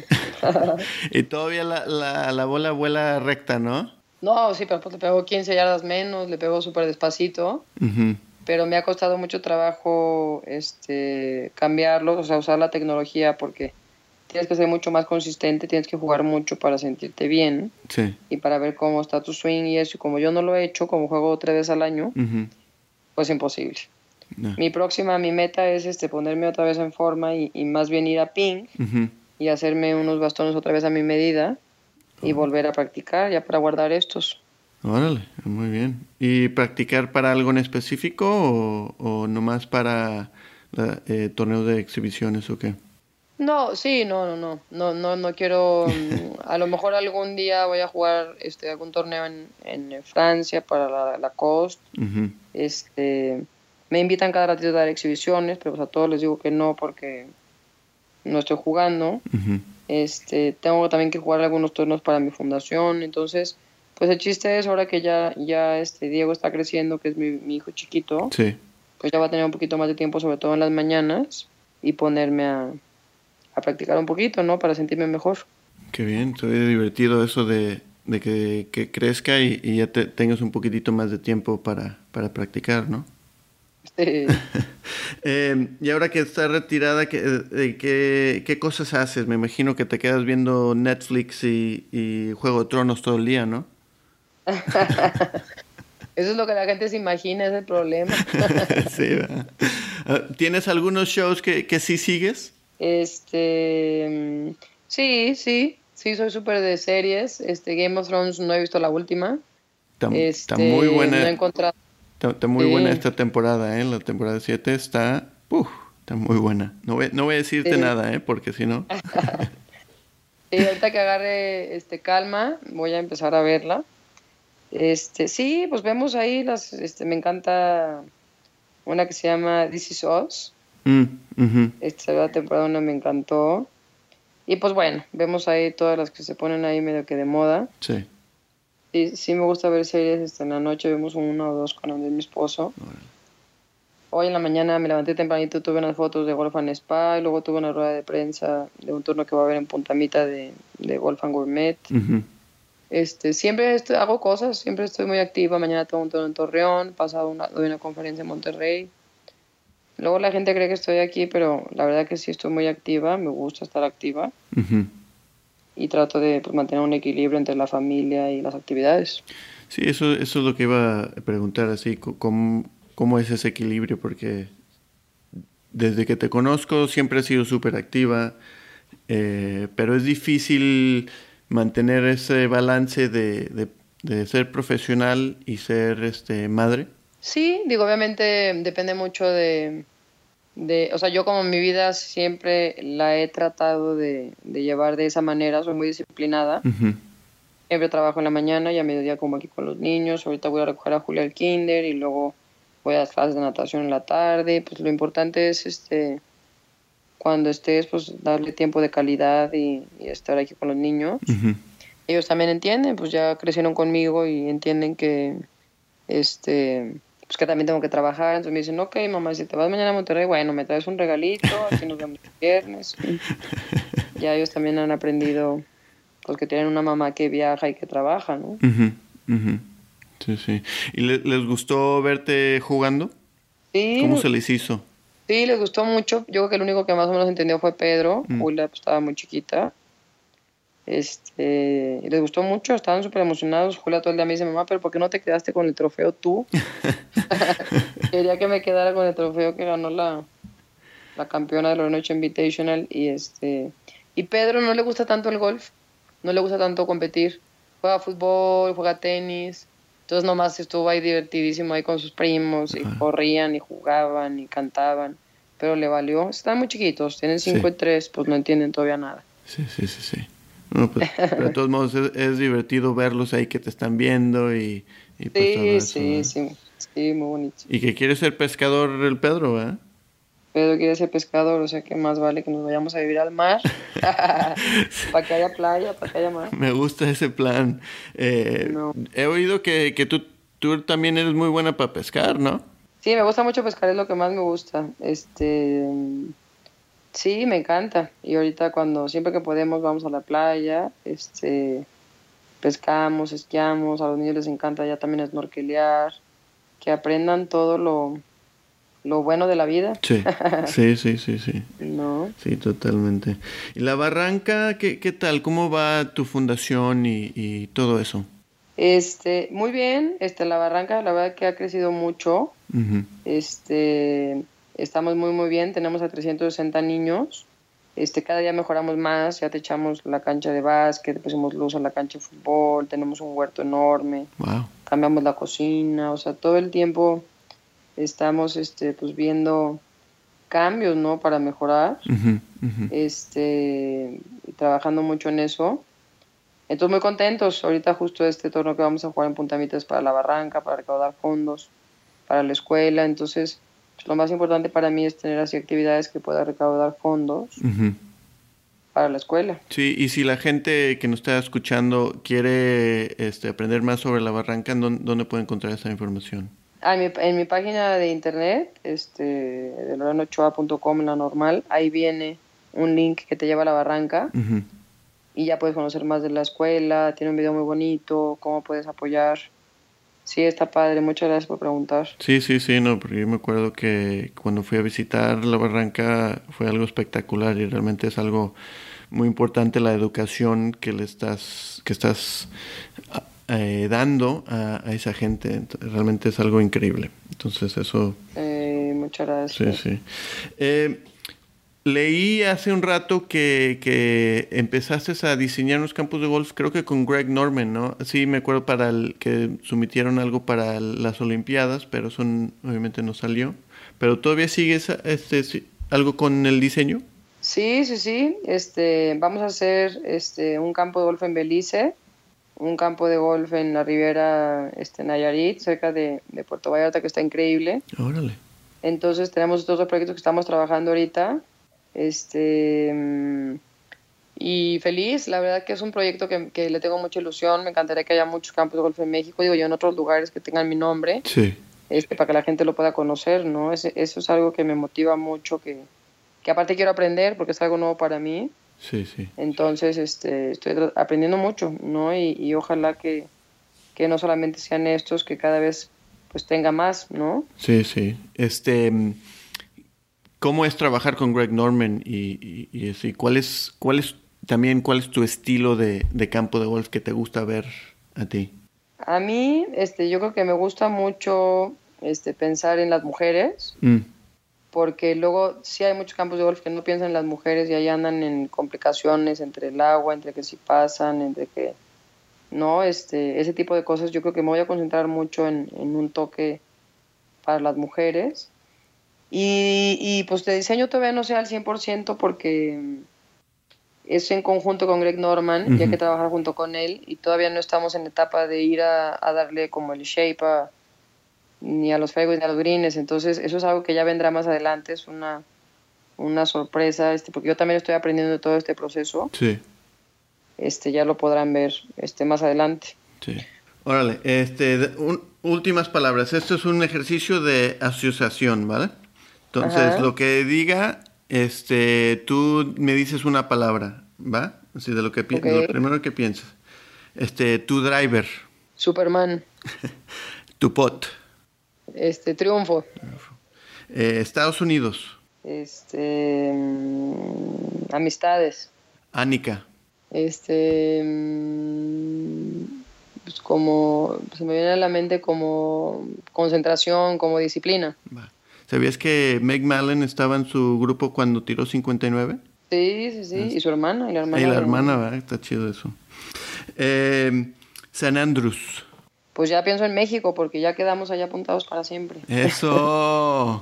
Y todavía la, la, la bola vuela recta, ¿no? No, sí, pero pues le pegó quince yardas menos, le pegó súper despacito, uh-huh. Pero me ha costado mucho trabajo este, cambiarlo, o sea, usar la tecnología porque tienes que ser mucho más consistente, tienes que jugar mucho para sentirte bien, sí. Y para ver cómo está tu swing y eso, y como yo no lo he hecho, como juego tres veces al año, uh-huh. Pues imposible. No. Mi próxima, mi meta es este, ponerme otra vez en forma y, y más bien ir a ping uh-huh. Y hacerme unos bastones otra vez a mi medida. Y volver a practicar ya para guardar estos. Órale, muy bien. ¿Y practicar para algo en específico o, o nomás para la, eh, torneos de exhibiciones o qué? No, sí, no, no, no, no, no, no quiero. A lo mejor algún día voy a jugar este algún torneo en, en Francia para la, la Coast. Uh-huh. Este, me invitan cada ratito a dar exhibiciones, pero pues a todos les digo que no porque no estoy jugando. Uh-huh. Este, tengo también que jugar algunos torneos para mi fundación, entonces, pues el chiste es ahora que ya, ya este Diego está creciendo, que es mi, mi hijo chiquito, sí. Pues ya va a tener un poquito más de tiempo, sobre todo en las mañanas, y ponerme a, a practicar un poquito, ¿no? Para sentirme mejor. Qué bien, estoy divertido eso de, de que, que crezca y, y ya te, tengas un poquitito más de tiempo para, para practicar, ¿no? Sí. eh, y ahora que estás retirada, ¿qué, eh, qué, ¿qué cosas haces? Me imagino que te quedas viendo Netflix y, y Juego de Tronos todo el día, ¿no? Eso es lo que la gente se imagina, es el problema. Sí, ¿verdad? ¿Tienes algunos shows que, que sí sigues? Este, sí, sí, sí, soy súper de series. Este, Game of Thrones no he visto la última. Está, Este, está muy buena. No he encontrado. Está, está muy sí. buena esta temporada, ¿eh? La temporada siete está, uf, está muy buena. No voy, no voy a decirte Sí. nada, ¿eh? Porque si no... Sí, ahorita que agarre este calma, voy a empezar a verla. Este, sí, pues vemos ahí las, este, me encanta una que se llama This Is Us. Mm, uh-huh. Esta la temporada uno me encantó. Y pues bueno, vemos ahí todas las que se ponen ahí medio que de moda. Sí. Sí, sí me gusta ver series este, en la noche, vemos una o dos con mi esposo. Bueno. Hoy en la mañana me levanté tempranito, tuve unas fotos de Golf and Spa y luego tuve una rueda de prensa de un turno que va a haber en Punta Mita de, de Golf and Gourmet. Uh-huh. Este, siempre estoy, hago cosas, siempre estoy muy activa. Mañana tengo un turno en Torreón, pasado una, doy una conferencia en Monterrey. Luego la gente cree que estoy aquí, pero la verdad que sí estoy muy activa, me gusta estar activa. Uh-huh. Y trato de pues, mantener un equilibrio entre la familia y las actividades. Sí, eso, eso es lo que iba a preguntar, así, ¿cómo, cómo es ese equilibrio? Porque desde que te conozco siempre has sido súper activa, eh, pero es difícil mantener ese balance de, de, de ser profesional y ser este madre. Sí, digo, obviamente depende mucho de, de, o sea, yo como mi vida siempre la he tratado de, de llevar de esa manera, soy muy disciplinada. Uh-huh. Siempre trabajo en la mañana y a mediodía como aquí con los niños. Ahorita voy a recoger a Julia al kinder y luego voy a las clases de natación en la tarde. Pues lo importante es, este, cuando estés, pues darle tiempo de calidad y, y estar aquí con los niños. Uh-huh. Ellos también entienden, pues ya crecieron conmigo y entienden que, este, pues que también tengo que trabajar. Entonces me dicen, ok, mamá, si te vas mañana a Monterrey, bueno, me traes un regalito, aquí nos vemos el viernes. Y ya ellos también han aprendido, pues que tienen una mamá que viaja y que trabaja, ¿no? Uh-huh. Uh-huh. Sí, sí. ¿Y le, les gustó verte jugando? Sí. ¿Cómo se les hizo? Sí, les gustó mucho. Yo creo que el único que más o menos entendió fue Pedro. Mm. Julia pues, estaba muy chiquita. Este, y les gustó mucho, estaban súper emocionados. Julia todo el día me dice, mamá, pero ¿por qué no te quedaste con el trofeo tú? Quería que me quedara con el trofeo que ganó la, la campeona de la Noche Invitational. Y este y Pedro no le gusta tanto el golf, no le gusta tanto competir. Juega fútbol, juega tenis. Entonces nomás estuvo ahí divertidísimo ahí con sus primos y uh-huh. corrían y jugaban y cantaban. Pero le valió. Están muy chiquitos, tienen cinco sí. y tres, pues no entienden todavía nada. Sí, sí, sí, sí. Bueno, pues, pero de todos modos es, es divertido verlos ahí que te están viendo y, y pues sí, todo eso, sí, ¿no? sí, sí, muy bonito. Y que quiere ser pescador el Pedro, ¿eh? Pedro quiere ser pescador, o sea que más vale que nos vayamos a vivir al mar, para que haya playa, para que haya mar. Me gusta ese plan. Eh, no. He oído que, que tú, tú también eres muy buena para pescar, ¿no? Sí, me gusta mucho pescar, es lo que más me gusta. Este... Sí, me encanta. Y ahorita cuando siempre que podemos vamos a la playa, este, pescamos, esquiamos, a los niños les encanta ya también snorkelear, que aprendan todo lo, lo bueno de la vida. Sí, sí, sí, sí, sí. ¿No? Sí, totalmente. ¿Y la Barranca, qué, qué tal? ¿Cómo va tu fundación y, y todo eso? Este, muy bien. Este, la Barranca, la verdad que ha crecido mucho. Uh-huh. Este... Estamos muy, muy bien. Tenemos a trescientos sesenta niños. Este, cada día mejoramos más. Ya te echamos la cancha de básquet, pusimos luz a la cancha de fútbol, tenemos un huerto enorme. Wow. Cambiamos la cocina. O sea, todo el tiempo estamos este, pues, viendo cambios, ¿no? Para mejorar. Uh-huh, uh-huh. Este, trabajando mucho en eso. Entonces, muy contentos. Ahorita justo este torneo que vamos a jugar en Punta Mita es para la Barranca, para recaudar fondos, para la escuela. Entonces... Lo más importante para mí es tener así actividades que pueda recaudar fondos uh-huh. para la escuela. Sí, y si la gente que nos está escuchando quiere este, aprender más sobre la Barranca, ¿dónde, dónde puede encontrar esa información? Ah, en, mi, en mi página de internet, este, de lorena ochoa punto com, en la normal, ahí viene un link que te lleva a la Barranca. Uh-huh. y ya puedes conocer más de la escuela, tiene un video muy bonito, cómo puedes apoyar. Sí, está padre, muchas gracias por preguntar. Sí, sí, sí, no, porque yo me acuerdo que cuando fui a visitar la Barranca fue algo espectacular y realmente es algo muy importante la educación que le estás, que estás eh, dando a, a esa gente. Realmente es algo increíble. Entonces eso... Eh, muchas gracias. Sí, sí. Eh, leí hace un rato que, que empezaste a diseñar unos campos de golf, creo que con Greg Norman, ¿no? Sí, me acuerdo para el, que sometieron algo para las Olimpiadas, pero eso obviamente no salió. ¿Pero todavía sigues este, algo con el diseño? Sí, sí, sí. Este, vamos a hacer este, un campo de golf en Belice, un campo de golf en la Ribera este, Nayarit, cerca de, de Puerto Vallarta, que está increíble. Órale. Entonces tenemos estos dos proyectos que estamos trabajando ahorita. Este, y feliz, la verdad que es un proyecto que, que le tengo mucha ilusión. Me encantaría que haya muchos campos de golf en México, digo yo, en otros lugares que tengan mi nombre, sí. este, para que la gente lo pueda conocer, ¿no? Ese, eso es algo que me motiva mucho, que, que aparte quiero aprender porque es algo nuevo para mí. Sí, sí. Entonces este, estoy aprendiendo mucho, ¿no? Y, y ojalá que, que no solamente sean estos, que cada vez pues tenga más, ¿no? Sí, sí. Este... ¿Cómo es trabajar con Greg Norman y, y, y así? ¿Cuál es, cuál es también cuál es tu estilo de, de campo de golf que te gusta ver a ti? A mí, este, yo creo que me gusta mucho este, pensar en las mujeres, mm. porque luego sí hay muchos campos de golf que no piensan en las mujeres y ahí andan en complicaciones entre el agua, entre que si pasan, entre que no, este, ese tipo de cosas. Yo creo que me voy a concentrar mucho en, en un toque para las mujeres. Y, y pues de diseño todavía no sé al cien por ciento porque es en conjunto con Greg Norman, uh-huh. y hay que trabajar junto con él y todavía no estamos en etapa de ir a, a darle como el shape a, ni a los fairways ni a los greens, entonces eso es algo que ya vendrá más adelante, es una, una sorpresa, este, porque yo también estoy aprendiendo de todo este proceso. Sí. Este, ya lo podrán ver este, más adelante. Sí. Órale, este, un, últimas palabras, esto es un ejercicio de asociación, ¿vale? Entonces, ajá. Lo que diga, este, tú me dices una palabra, ¿va? Así de lo que pi- okay. de lo primero que piensas. Este, tu driver. Superman. Tu pot. Este, triunfo. Eh, Estados Unidos. Este, um, amistades. Ánica. Este, um, pues como, se me viene a la mente como concentración, como disciplina. Va. ¿Sabías que Meg Mallon estaba en su grupo cuando tiró cincuenta y nueve? Sí, sí, sí. Y su hermana. Y la hermana, y la hermana, ¿verdad? Está chido eso. Eh, San Andrews. Pues ya pienso en México, porque ya quedamos allá apuntados para siempre. ¡Eso!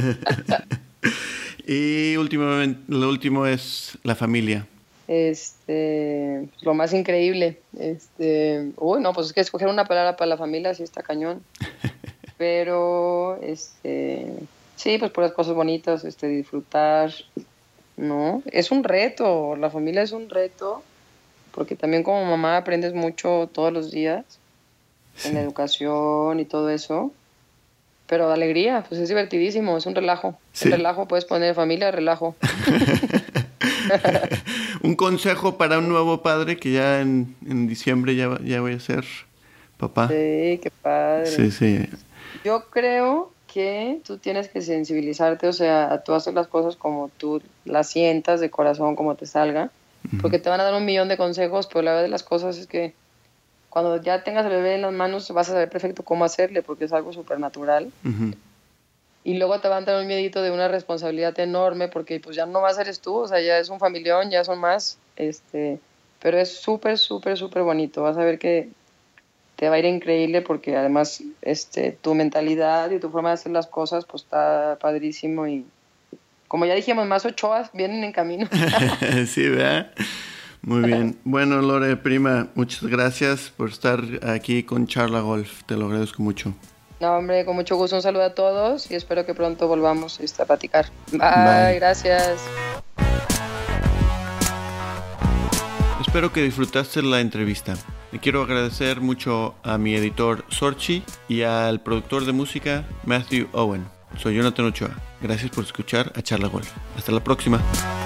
Y últimamente, lo último es la familia. Este, pues lo más increíble. Este, uy, no, pues es que escoger una palabra para la familia sí está cañón. Pero, este, sí, pues por las cosas bonitas, este, disfrutar, ¿no? Es un reto, la familia es un reto, porque también como mamá aprendes mucho todos los días, sí. En la educación y todo eso, pero alegría, pues es divertidísimo, es un relajo, sí. Un relajo, puedes poner familia, relajo. Un consejo para un nuevo padre que ya en, en diciembre ya, ya voy a ser papá. Sí, qué padre. Sí, sí. Yo creo que tú tienes que sensibilizarte, o sea, tú haces las cosas como tú las sientas de corazón, como te salga, uh-huh. Porque te van a dar un millón de consejos, pero la verdad de las cosas es que cuando ya tengas el bebé en las manos vas a saber perfecto cómo hacerle, porque es algo súper natural. Uh-huh. Y luego te va a entrar un miedito de una responsabilidad enorme, porque pues ya no vas a ser tú, o sea, ya es un familión, ya son más, este, pero es súper, súper, súper bonito, vas a ver que te va a ir increíble porque además este, tu mentalidad y tu forma de hacer las cosas pues está padrísimo y como ya dijimos, más Ochoas vienen en camino. Sí, ¿verdad? Muy bien. Bueno, Lore, prima, muchas gracias por estar aquí con Charla Golf. Te lo agradezco mucho. No, hombre, con mucho gusto. Un saludo a todos y espero que pronto volvamos este, a platicar. Bye, Bye. Gracias. Espero que disfrutaste la entrevista. Le quiero agradecer mucho a mi editor Sorchi y al productor de música Matthew Owen. Soy Jonathan Ochoa. Gracias por escuchar a Charla Golf. Hasta la próxima.